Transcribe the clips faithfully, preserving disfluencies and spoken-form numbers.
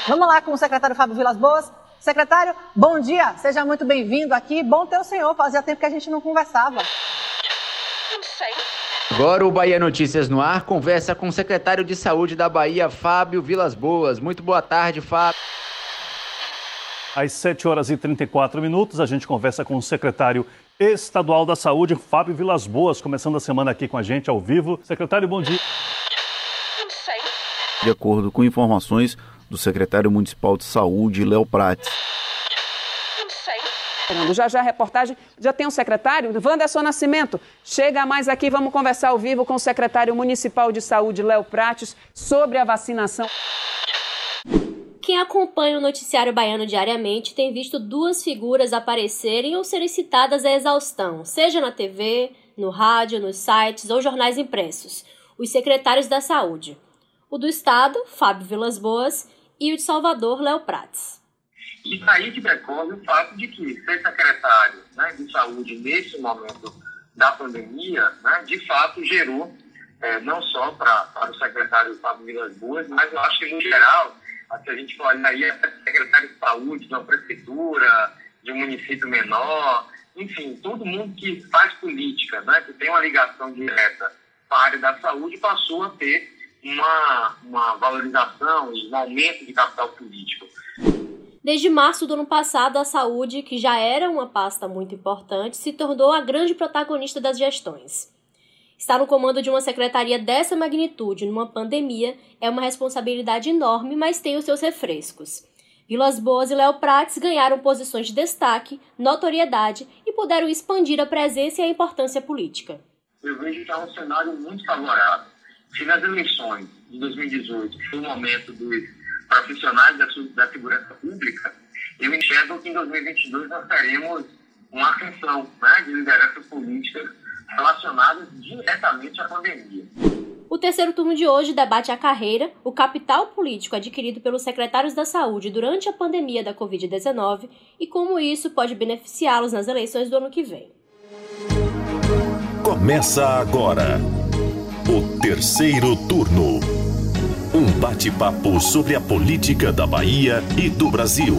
Vamos lá com o secretário Fábio Vilas Boas. Secretário, bom dia, seja muito bem-vindo aqui. Bom ter o senhor, fazia tempo que a gente não conversava. Agora o Bahia Notícias no ar conversa com o secretário de Saúde da Bahia, Fábio Vilas Boas. Muito boa tarde, Fábio. Às sete horas e trinta e quatro minutos, a gente conversa com o secretário estadual da Saúde, Fábio Vilas Boas, começando a semana aqui com a gente ao vivo. Secretário, bom dia. De acordo com informações do secretário municipal de Saúde, Léo Prates. Já já a reportagem, já tem um secretário, Wanderson Nascimento, chega mais aqui, vamos conversar ao vivo com o secretário municipal de saúde, Léo Prates, sobre a vacinação. Quem acompanha o noticiário baiano diariamente tem visto duas figuras aparecerem ou serem citadas à exaustão, seja na T V, no rádio, nos sites ou jornais impressos, os secretários da saúde. O do Estado, Fábio Vilas Boas, e o de Salvador, Léo Prates. E daí que decorre o fato de que ser secretário, né, de saúde nesse momento da pandemia, né, de fato gerou, é, não só pra, para o secretário Fábio Vilas Boas, mas eu acho que, no geral, se a gente for olhar aí, é secretário de saúde de uma prefeitura, de um município menor, enfim, todo mundo que faz política, né, que tem uma ligação direta com a área da saúde, passou a ter uma, uma valorização e um aumento de capital político. Desde março do ano passado, a saúde, que já era uma pasta muito importante, se tornou a grande protagonista das gestões. Estar no comando de uma secretaria dessa magnitude numa pandemia é uma responsabilidade enorme, mas tem os seus refrescos. Vilas Boas e Léo Prates ganharam posições de destaque, notoriedade e puderam expandir a presença e a importância política. Eu vejo que é um cenário muito favorável. Se nas eleições de dois mil e dezoito foi o momento dos profissionais da, da segurança pública, eu enxergo que em dois mil e vinte e dois nós teremos uma ascensão, né, de lideranças políticas relacionadas diretamente à pandemia. O terceiro turno de hoje debate a carreira, o capital político adquirido pelos secretários da saúde durante a pandemia da covid dezenove e como isso pode beneficiá-los nas eleições do ano que vem. Começa agora o terceiro turno. Um bate-papo sobre a política da Bahia e do Brasil.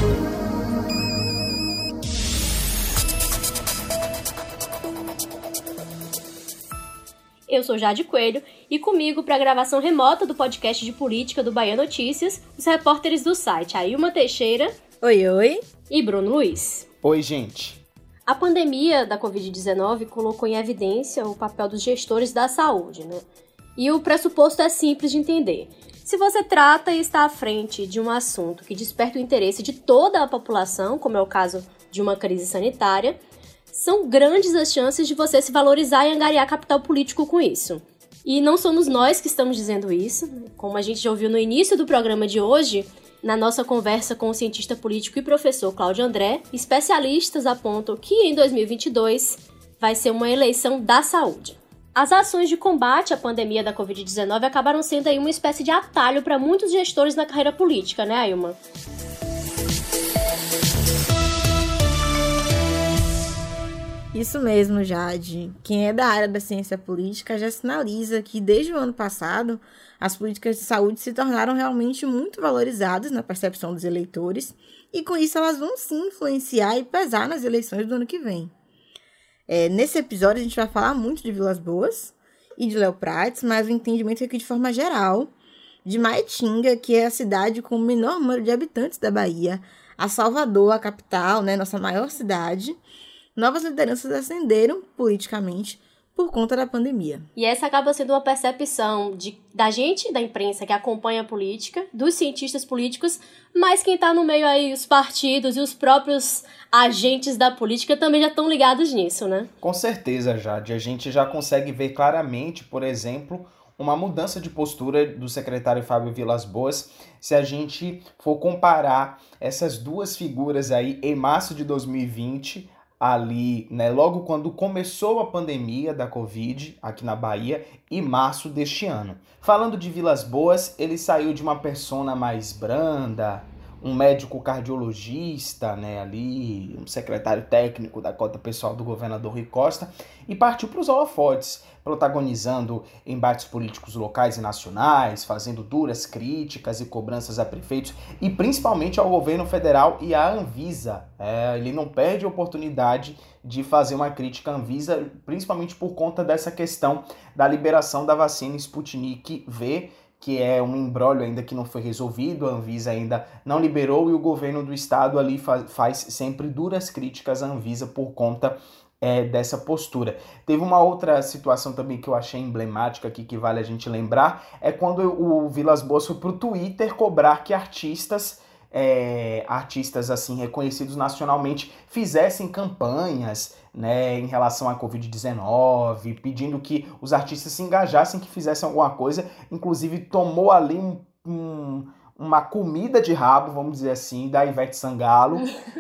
Eu sou Jade Coelho e comigo para a gravação remota do podcast de política do Bahia Notícias, os repórteres do site Ailma Teixeira. Oi, oi. E Bruno Luiz. Oi, gente. A pandemia da covid dezenove colocou em evidência o papel dos gestores da saúde, né? E o pressuposto é simples de entender. Se você trata e está à frente de um assunto que desperta o interesse de toda a população, como é o caso de uma crise sanitária, são grandes as chances de você se valorizar e angariar capital político com isso. E não somos nós que estamos dizendo isso. Como a gente já ouviu no início do programa de hoje, na nossa conversa com o cientista político e professor Cláudio André, especialistas apontam que em dois mil e vinte e dois vai ser uma eleição da saúde. As ações de combate à pandemia da covid dezenove acabaram sendo aí uma espécie de atalho para muitos gestores na carreira política, né, Ailma? Isso mesmo, Jade. Quem é da área da ciência política já sinaliza que desde o ano passado as políticas de saúde se tornaram realmente muito valorizadas na percepção dos eleitores e com isso elas vão sim influenciar e pesar nas eleições do ano que vem. É, nesse episódio a gente vai falar muito de Vilas Boas e de Léo Prates, mas o entendimento aqui de forma geral de Maitinga, que é a cidade com o menor número de habitantes da Bahia, a Salvador, a capital, né, nossa maior cidade. Novas lideranças ascenderam politicamente por conta da pandemia. E essa acaba sendo uma percepção de, da gente, da imprensa, que acompanha a política, dos cientistas políticos, mas quem está no meio aí, os partidos e os próprios agentes da política também já estão ligados nisso, né? Com certeza, Jade. A gente já consegue ver claramente, por exemplo, uma mudança de postura do secretário Fábio Vilas Boas, se a gente for comparar essas duas figuras aí em março de dois mil e vinte, ali, né, logo quando começou a pandemia da Covid aqui na Bahia, e março deste ano. Falando de Vilas Boas, ele saiu de uma persona mais branda, um médico cardiologista, né, ali, um secretário técnico da cota pessoal do governador Rui Costa, e partiu para os holofotes, protagonizando embates políticos locais e nacionais, fazendo duras críticas e cobranças a prefeitos e principalmente ao governo federal e à Anvisa. É, ele não perde a oportunidade de fazer uma crítica à Anvisa, principalmente por conta dessa questão da liberação da vacina Sputnik V, que é um imbróglio ainda que não foi resolvido, a Anvisa ainda não liberou e o governo do estado ali faz, faz sempre duras críticas à Anvisa por conta é, dessa postura. Teve uma outra situação também que eu achei emblemática aqui, que vale a gente lembrar, é quando o Vilas Boas foi pro Twitter cobrar que artistas, é, artistas assim reconhecidos nacionalmente fizessem campanhas, né, em relação à covid dezenove, pedindo que os artistas se engajassem, que fizessem alguma coisa, inclusive tomou ali um, um, uma comida de rabo, vamos dizer assim, da Ivete Sangalo,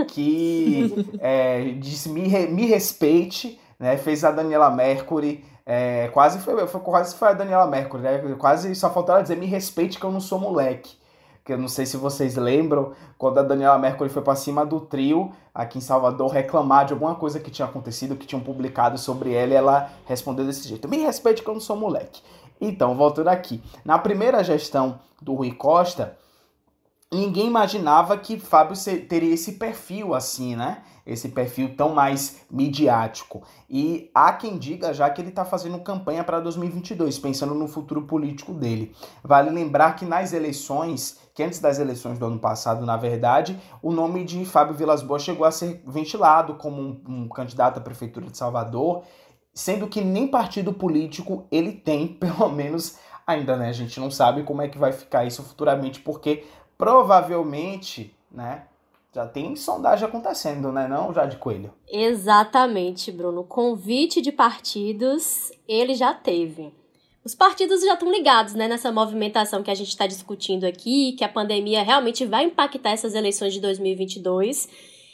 que é, disse me, me respeite, né, fez a Daniela Mercury, é, quase, foi, foi, quase foi a Daniela Mercury, né, quase só faltou ela dizer me respeite que eu não sou moleque. Que eu não sei se vocês lembram, quando a Daniela Mercury foi para cima do trio aqui em Salvador reclamar de alguma coisa que tinha acontecido, que tinham publicado sobre ela, e ela respondeu desse jeito: me respeite que eu não sou moleque. Então, voltando aqui, na primeira gestão do Rui Costa, ninguém imaginava que Fábio teria esse perfil assim, né? Esse perfil tão mais midiático. E há quem diga já que ele está fazendo campanha para dois mil e vinte e dois, pensando no futuro político dele. Vale lembrar que nas eleições, que antes das eleições do ano passado, na verdade, o nome de Fábio Vilas Boas chegou a ser ventilado como um, um candidato à Prefeitura de Salvador, sendo que nem partido político ele tem, pelo menos ainda, né? A gente não sabe como é que vai ficar isso futuramente, porque provavelmente, né, já tem sondagem acontecendo, né, não, Jade Coelho? Exatamente, Bruno. Convite de partidos, ele já teve. Os partidos já estão ligados, né, nessa movimentação que a gente está discutindo aqui, que a pandemia realmente vai impactar essas eleições de dois mil e vinte e dois,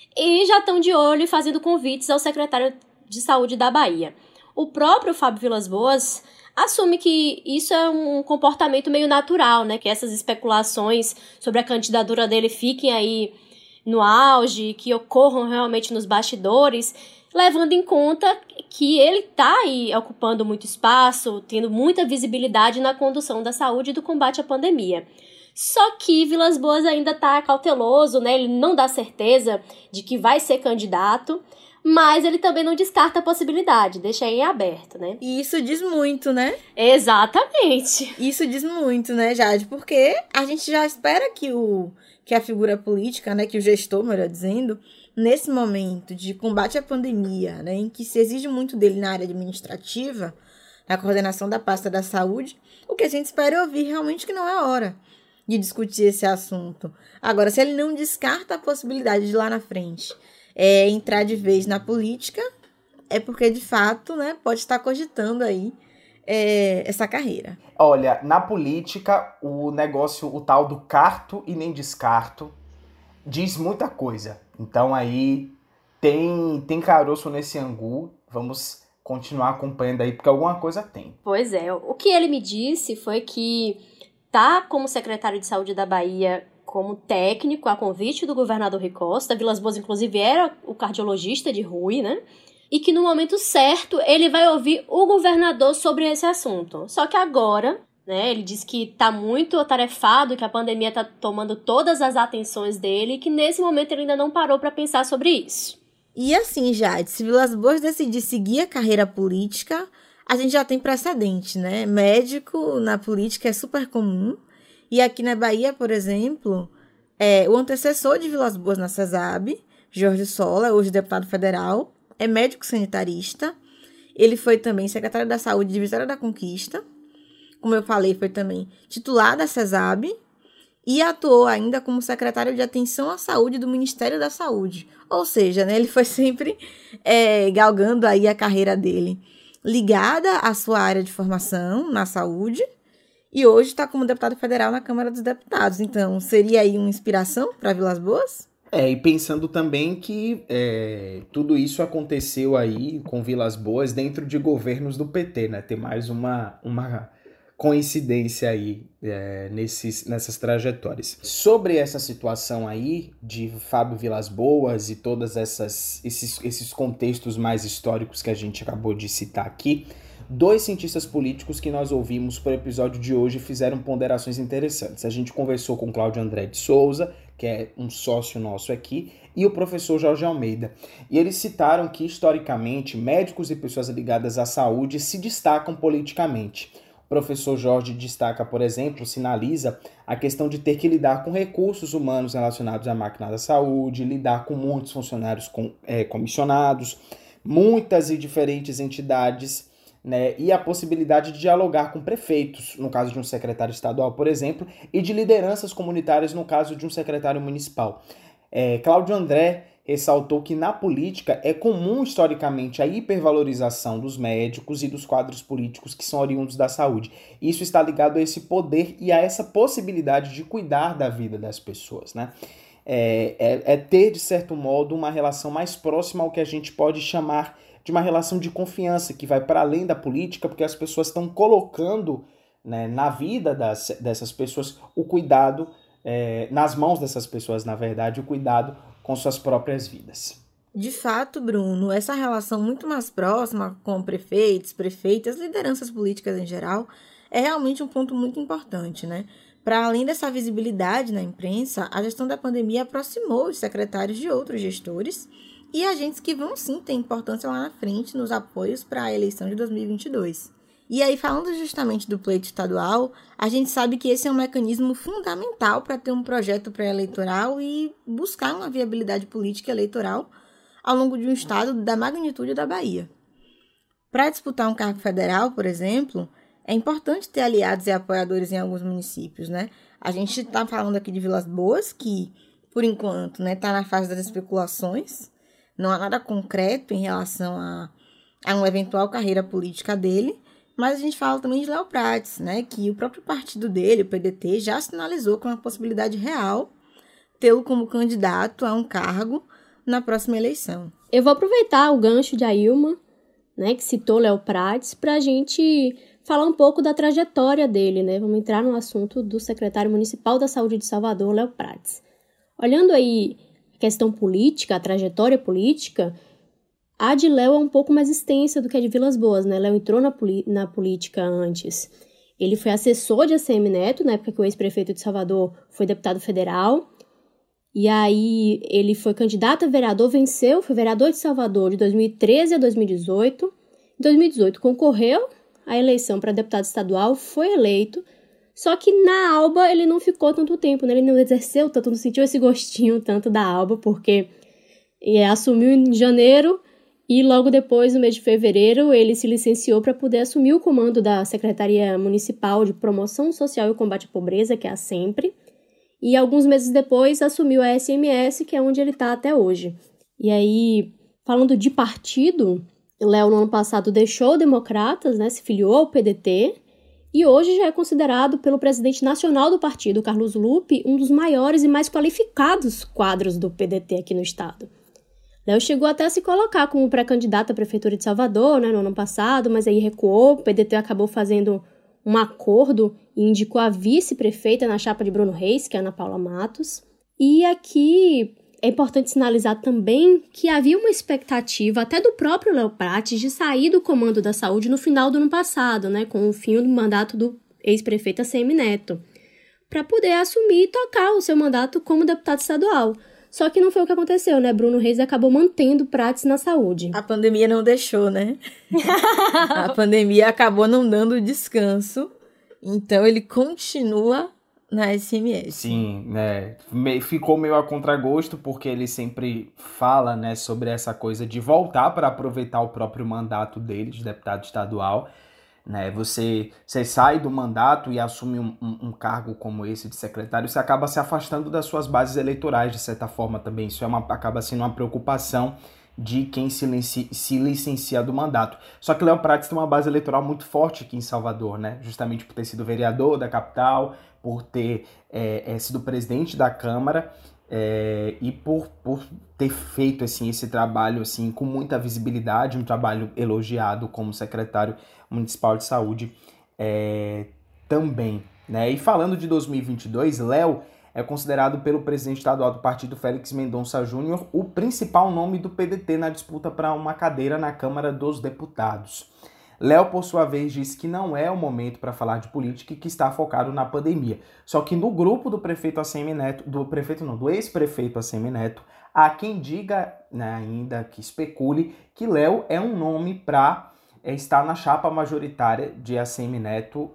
e já estão de olho e fazendo convites ao secretário de Saúde da Bahia. O próprio Fábio Vilas Boas assume que isso é um comportamento meio natural, né? Que essas especulações sobre a candidatura dele fiquem aí no auge, que ocorram realmente nos bastidores, levando em conta que ele está aí ocupando muito espaço, tendo muita visibilidade na condução da saúde e do combate à pandemia. Só que Vilas Boas ainda está cauteloso, né? Ele não dá certeza de que vai ser candidato, mas ele também não descarta a possibilidade, deixa aí aberto, né? E isso diz muito, né? Exatamente. Isso diz muito, né, Jade? Porque a gente já espera que, o, que a figura política, né, que o gestor, melhor dizendo, nesse momento de combate à pandemia, né, em que se exige muito dele na área administrativa, na coordenação da pasta da saúde, o que a gente espera é ouvir realmente que não é hora de discutir esse assunto. Agora, se ele não descarta a possibilidade de lá na frente É, entrar de vez na política, é porque, de fato, né, pode estar cogitando aí é, essa carreira. Olha, na política, o negócio, o tal do carto e nem descarto, diz muita coisa. Então aí tem, tem caroço nesse angu, vamos continuar acompanhando aí, porque alguma coisa tem. Pois é, o que ele me disse foi que tá como secretário de Saúde da Bahia como técnico, a convite do governador Rui Costa. Vilas Boas, inclusive, era o cardiologista de Rui, né? E que no momento certo ele vai ouvir o governador sobre esse assunto. Só que agora, né, ele diz que tá muito atarefado, que a pandemia tá tomando todas as atenções dele e que nesse momento ele ainda não parou para pensar sobre isso. E assim, Jade, se Vilas Boas decidir seguir a carreira política, a gente já tem precedente, né? Médico na política é super comum. E aqui na Bahia, por exemplo, é, o antecessor de Vilas Boas na CESAB, Jorge Sola, hoje deputado federal, é médico sanitarista. Ele foi também secretário da Saúde de Vitória da Conquista. Como eu falei, foi também titular da CESAB e atuou ainda como secretário de Atenção à Saúde do Ministério da Saúde. Ou seja, né, ele foi sempre é, galgando aí a carreira dele ligada à sua área de formação na saúde. E hoje está como deputado federal na Câmara dos Deputados. Então, seria aí uma inspiração para Vilas Boas? É, e pensando também que é, tudo isso aconteceu aí com Vilas Boas dentro de governos do P T, né? Tem mais uma, uma coincidência aí é, nesses, nessas trajetórias. Sobre essa situação aí de Fábio Vilas Boas e todos essas, esses, esses contextos mais históricos que a gente acabou de citar aqui, dois cientistas políticos que nós ouvimos para o episódio de hoje fizeram ponderações interessantes. A gente conversou com Cláudio André de Souza, que é um sócio nosso aqui, e o professor Jorge Almeida. E eles citaram que, historicamente, médicos e pessoas ligadas à saúde se destacam politicamente. O professor Jorge destaca, por exemplo, sinaliza a questão de ter que lidar com recursos humanos relacionados à máquina da saúde, lidar com muitos funcionários com, é, comissionados, muitas e diferentes entidades, né, e a possibilidade de dialogar com prefeitos, no caso de um secretário estadual, por exemplo, e de lideranças comunitárias, no caso de um secretário municipal. É, Cláudio André ressaltou que na política é comum historicamente a hipervalorização dos médicos e dos quadros políticos que são oriundos da saúde. Isso está ligado a esse poder e a essa possibilidade de cuidar da vida das pessoas, né? É, é, é ter, de certo modo, uma relação mais próxima ao que a gente pode chamar de uma relação de confiança, que vai para além da política, porque as pessoas estão colocando, né, na vida das, dessas pessoas o cuidado, é, nas mãos dessas pessoas, na verdade, o cuidado com suas próprias vidas. De fato, Bruno, essa relação muito mais próxima com prefeitos, prefeitas, lideranças políticas em geral, é realmente um ponto muito importante, né? Para além dessa visibilidade na imprensa, a gestão da pandemia aproximou os secretários de outros gestores e agentes que vão sim ter importância lá na frente nos apoios para a eleição de dois mil e vinte e dois. E aí, falando justamente do pleito estadual, a gente sabe que esse é um mecanismo fundamental para ter um projeto pré-eleitoral e buscar uma viabilidade política eleitoral ao longo de um estado da magnitude da Bahia. Para disputar um cargo federal, por exemplo, é importante ter aliados e apoiadores em alguns municípios, né? A gente está falando aqui de Vilas Boas, que, por enquanto, né, está na fase das especulações. Não há nada concreto em relação a, a uma eventual carreira política dele. Mas a gente fala também de Léo Prates, né, que o próprio partido dele, o P D T, já sinalizou com a possibilidade real tê-lo como candidato a um cargo na próxima eleição. Eu vou aproveitar o gancho de Ailma, né, que citou Léo Prates, para a gente falar um pouco da trajetória dele, né? Vamos entrar no assunto do secretário municipal da Saúde de Salvador, Léo Prates. Olhando aí a questão política, a trajetória política, a de Léo é um pouco mais extensa do que a de Vilas Boas, né? Léo entrou na, na política antes. Ele foi assessor de A C M Neto, na época que o ex-prefeito de Salvador foi deputado federal. E aí ele foi candidato a vereador, venceu, foi vereador de Salvador de dois mil e treze a dois mil e dezoito. Em dois mil e dezoito concorreu à eleição para deputado estadual, foi eleito. Só que na Alba ele não ficou tanto tempo, né? Ele não exerceu tanto, não sentiu esse gostinho tanto da Alba, porque é, assumiu em janeiro. E logo depois, no mês de fevereiro, ele se licenciou para poder assumir o comando da Secretaria Municipal de Promoção Social e Combate à Pobreza, que é a SEMPRE. E alguns meses depois assumiu a S M S, que é onde ele está até hoje. E aí, falando de partido, Léo no ano passado deixou o Democratas, né, se filiou ao P D T, e hoje já é considerado pelo presidente nacional do partido, Carlos Lupe, um dos maiores e mais qualificados quadros do P D T aqui no estado. Léo chegou até a se colocar como pré-candidato à Prefeitura de Salvador, né, no ano passado, mas aí recuou. O P D T acabou fazendo um acordo e indicou a vice-prefeita na chapa de Bruno Reis, que é a Ana Paula Matos. E aqui é importante sinalizar também que havia uma expectativa, até do próprio Léo Prates, de sair do comando da saúde no final do ano passado, né, com o fim do mandato do ex-prefeito A C M Neto, para poder assumir e tocar o seu mandato como deputado estadual. Só que não foi o que aconteceu, né? Bruno Reis acabou mantendo Prates na saúde. A pandemia não deixou, né? A pandemia acabou não dando descanso. Então, ele continua na S M S. Sim, né? Ficou meio a contragosto, porque ele sempre fala, né, sobre essa coisa de voltar para aproveitar o próprio mandato dele, de deputado estadual. Né, você, você sai do mandato e assume um, um, um cargo como esse de secretário, você acaba se afastando das suas bases eleitorais, de certa forma também. Isso é uma, acaba sendo uma preocupação de quem se, lici, se licencia do mandato. Só que Léo Prates tem uma base eleitoral muito forte aqui em Salvador, né? Justamente por ter sido vereador da capital, por ter é, é, sido presidente da Câmara, é, e por, por ter feito assim, esse trabalho assim, com muita visibilidade, um trabalho elogiado como secretário municipal de saúde, é, também, né? E falando de dois mil e vinte e dois, Léo é considerado pelo presidente estadual do partido, Félix Mendonça Júnior, o principal nome do P D T na disputa para uma cadeira na Câmara dos Deputados. Léo, por sua vez, disse que não é o momento para falar de política e que está focado na pandemia. Só que no grupo do prefeito A C M Neto, do prefeito não, do ex-prefeito A C M Neto, há quem diga, né, ainda que especule, que Léo é um nome para é, estar na chapa majoritária de A C M Neto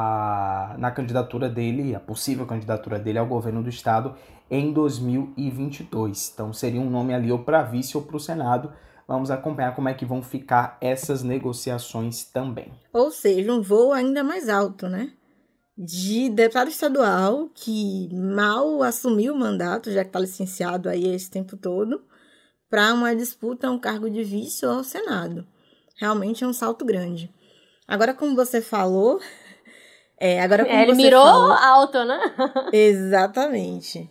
a, na candidatura dele, a possível candidatura dele ao governo do estado em dois mil e vinte e dois. Então seria um nome ali ou para vice ou para o Senado. Vamos acompanhar como é que vão ficar essas negociações também. Ou seja, um voo ainda mais alto, né? De deputado estadual que mal assumiu o mandato, já que está licenciado aí esse tempo todo, para uma disputa a um cargo de vice ou ao Senado. Realmente é um salto grande. Agora, como você falou... É, agora como é, ele você mirou falou, alto, né? Exatamente.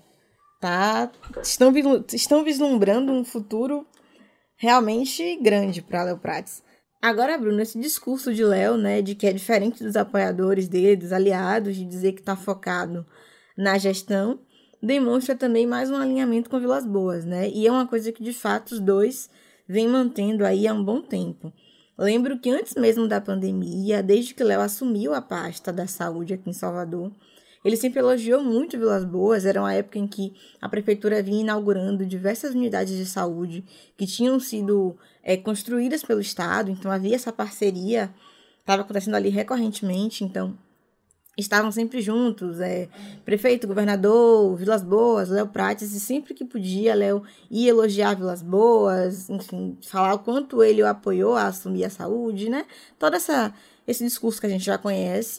Tá? Estão, estão vislumbrando um futuro realmente grande para Léo Prates. Agora, Bruno, esse discurso de Léo, né, de que é diferente dos apoiadores dele, dos aliados, de dizer que está focado na gestão, demonstra também mais um alinhamento com Vilas Boas, né? E é uma coisa que, de fato, os dois vêm mantendo aí há um bom tempo. Lembro que antes mesmo da pandemia, desde que Léo assumiu a pasta da saúde aqui em Salvador, ele sempre elogiou muito Vilas Boas. Era uma época em que a prefeitura vinha inaugurando diversas unidades de saúde que tinham sido é, construídas pelo Estado, então havia essa parceria, estava acontecendo ali recorrentemente, então estavam sempre juntos, é, prefeito, governador, Vilas Boas, Léo Prates, e sempre que podia, Léo ia elogiar Vilas Boas, enfim, falar o quanto ele o apoiou a assumir a saúde, né? Todo essa, esse discurso que a gente já conhece.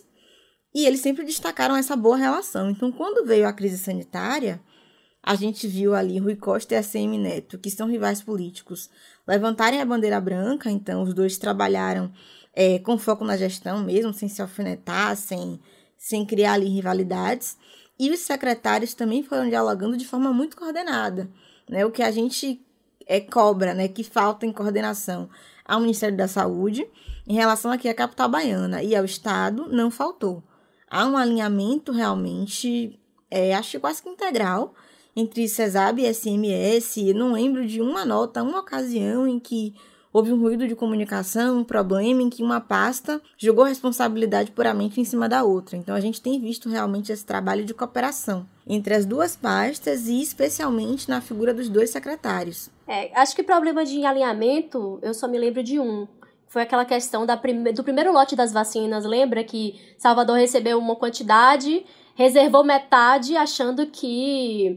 E eles sempre destacaram essa boa relação. Então, quando veio a crise sanitária, a gente viu ali Rui Costa e A C M Neto, que são rivais políticos, levantarem a bandeira branca. Então, os dois trabalharam é, com foco na gestão mesmo, sem se alfinetar, sem, sem criar ali rivalidades. E os secretários também foram dialogando de forma muito coordenada, né? O que a gente é, cobra, né? Que falta em coordenação ao Ministério da Saúde, em relação aqui à capital baiana e ao Estado, não faltou. Há um alinhamento realmente, é, acho quase que integral, entre CESAB e S M S. Não lembro de uma nota, uma ocasião em que houve um ruído de comunicação, um problema em que uma pasta jogou responsabilidade puramente em cima da outra. Então, a gente tem visto realmente esse trabalho de cooperação entre as duas pastas e especialmente na figura dos dois secretários. É, acho que problema de alinhamento, eu só me lembro de um. Foi aquela questão da prime- do primeiro lote das vacinas. Lembra que Salvador recebeu uma quantidade, reservou metade, achando que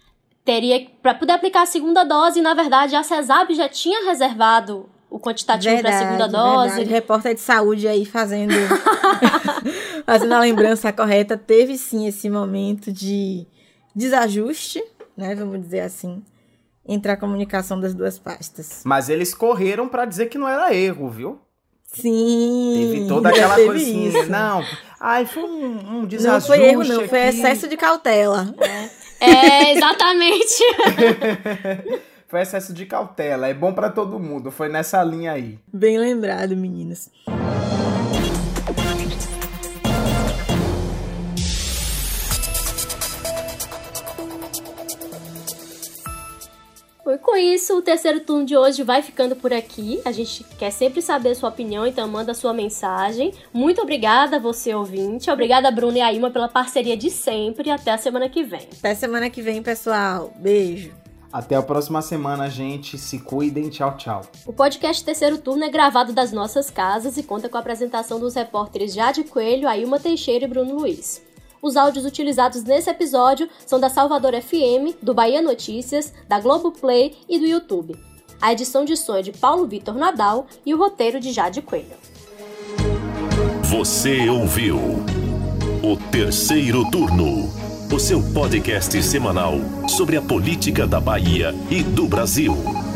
teria para poder aplicar a segunda dose. E, na verdade, a CESAB já tinha reservado o quantitativo para a segunda dose. Verdade. Repórter de saúde aí fazendo, fazendo a lembrança correta. Teve, sim, esse momento de desajuste, né, vamos dizer assim, entre a comunicação das duas pastas. Mas eles correram pra dizer que não era erro, viu? Sim. Teve toda aquela coisa assim, não, ai, foi um, um desajuste. Não foi erro, não, aqui. foi excesso de cautela. É, é exatamente. Foi excesso de cautela, é bom pra todo mundo, foi nessa linha aí. Bem lembrado, meninas. E com isso, o terceiro turno de hoje vai ficando por aqui. A gente quer sempre saber a sua opinião, então manda a sua mensagem. Muito obrigada, você ouvinte. Obrigada, Bruno e Ailma, pela parceria de sempre. Até a semana que vem. Até semana que vem, pessoal. Beijo. Até a próxima semana, gente. Se cuidem. Tchau, tchau. O podcast Terceiro Turno é gravado das nossas casas e conta com a apresentação dos repórteres Jade Coelho, Ailma Teixeira e Bruno Luiz. Os áudios utilizados nesse episódio são da Salvador F M, do Bahia Notícias, da Globoplay e do YouTube. A edição de som é de Paulo Vitor Nadal e o roteiro de Jade Coelho. Você ouviu o Terceiro Turno, o seu podcast semanal sobre a política da Bahia e do Brasil.